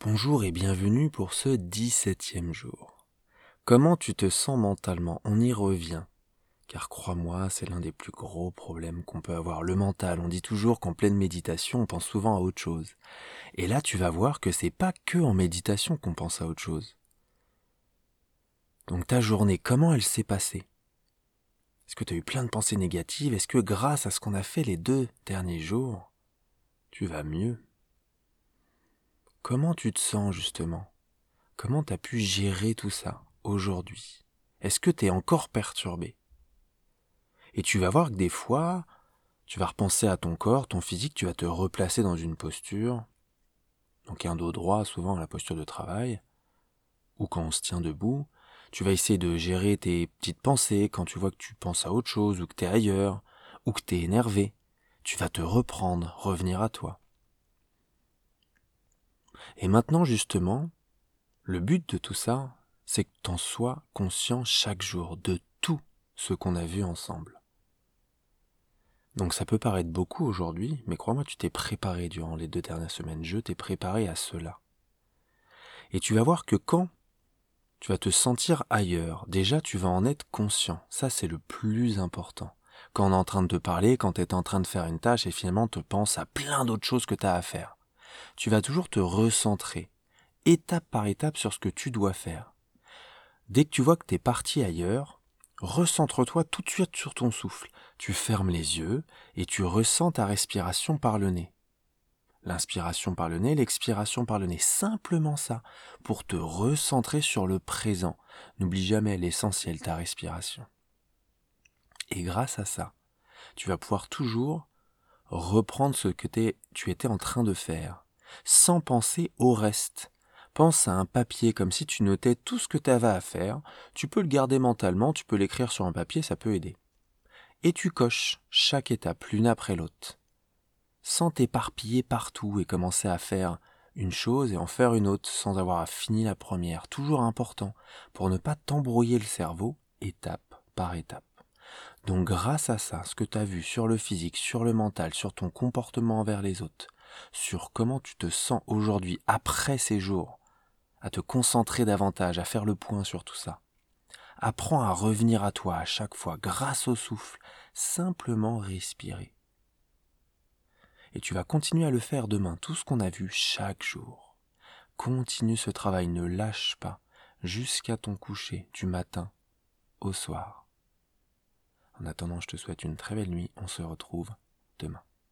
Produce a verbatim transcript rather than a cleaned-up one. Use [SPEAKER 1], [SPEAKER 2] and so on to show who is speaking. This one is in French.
[SPEAKER 1] Bonjour et bienvenue pour ce dix-septième jour. Comment tu te sens mentalement? On y revient. Car crois-moi, c'est l'un des plus gros problèmes qu'on peut avoir. Le mental, on dit toujours qu'en pleine méditation, on pense souvent à autre chose. Et là, tu vas voir que c'est pas que en méditation qu'on pense à autre chose. Donc ta journée, comment elle s'est passée? Est-ce que tu as eu plein de pensées négatives? Est-ce que grâce à ce qu'on a fait les deux derniers jours, tu vas mieux? Comment tu te sens justement? Comment tu as pu gérer tout ça aujourd'hui? Est-ce que tu es encore perturbé? Et tu vas voir que des fois, tu vas repenser à ton corps, ton physique, tu vas te replacer dans une posture, donc un dos droit, souvent la posture de travail, ou quand on se tient debout. Tu vas essayer de gérer tes petites pensées quand tu vois que tu penses à autre chose, ou que tu es ailleurs, ou que tu es énervé. Tu vas te reprendre, revenir à toi. Et maintenant, justement, le but de tout ça, c'est que tu en sois conscient chaque jour de tout ce qu'on a vu ensemble. Donc ça peut paraître beaucoup aujourd'hui, mais crois-moi, tu t'es préparé durant les deux dernières semaines. Je t'ai préparé à cela. Et tu vas voir que quand tu vas te sentir ailleurs, déjà tu vas en être conscient. Ça, c'est le plus important. Quand on est en train de te parler, quand tu es en train de faire une tâche et finalement tu penses à plein d'autres choses que tu as à faire, tu vas toujours te recentrer, étape par étape, sur ce que tu dois faire. Dès que tu vois que tu es parti ailleurs, recentre-toi tout de suite sur ton souffle. Tu fermes les yeux et tu ressens ta respiration par le nez. L'inspiration par le nez, l'expiration par le nez. Simplement ça, pour te recentrer sur le présent. N'oublie jamais l'essentiel, ta respiration. Et grâce à ça, tu vas pouvoir toujours reprendre ce que t'es- tu étais en train de faire, sans penser au reste. Pense à un papier comme si tu notais tout ce que tu avais à faire. Tu peux le garder mentalement, tu peux l'écrire sur un papier, ça peut aider. Et tu coches chaque étape l'une après l'autre, sans t'éparpiller partout et commencer à faire une chose et en faire une autre sans avoir fini la première. Toujours important pour ne pas t'embrouiller le cerveau, étape par étape. Donc grâce à ça, ce que tu as vu sur le physique, sur le mental, sur ton comportement envers les autres, sur comment tu te sens aujourd'hui après ces jours, à te concentrer davantage, à faire le point sur tout ça. Apprends à revenir à toi à chaque fois grâce au souffle, simplement respirer. Et tu vas continuer à le faire demain, tout ce qu'on a vu chaque jour. Continue ce travail, ne lâche pas, jusqu'à ton coucher, du matin au soir. En attendant, je te souhaite une très belle nuit, on se retrouve demain.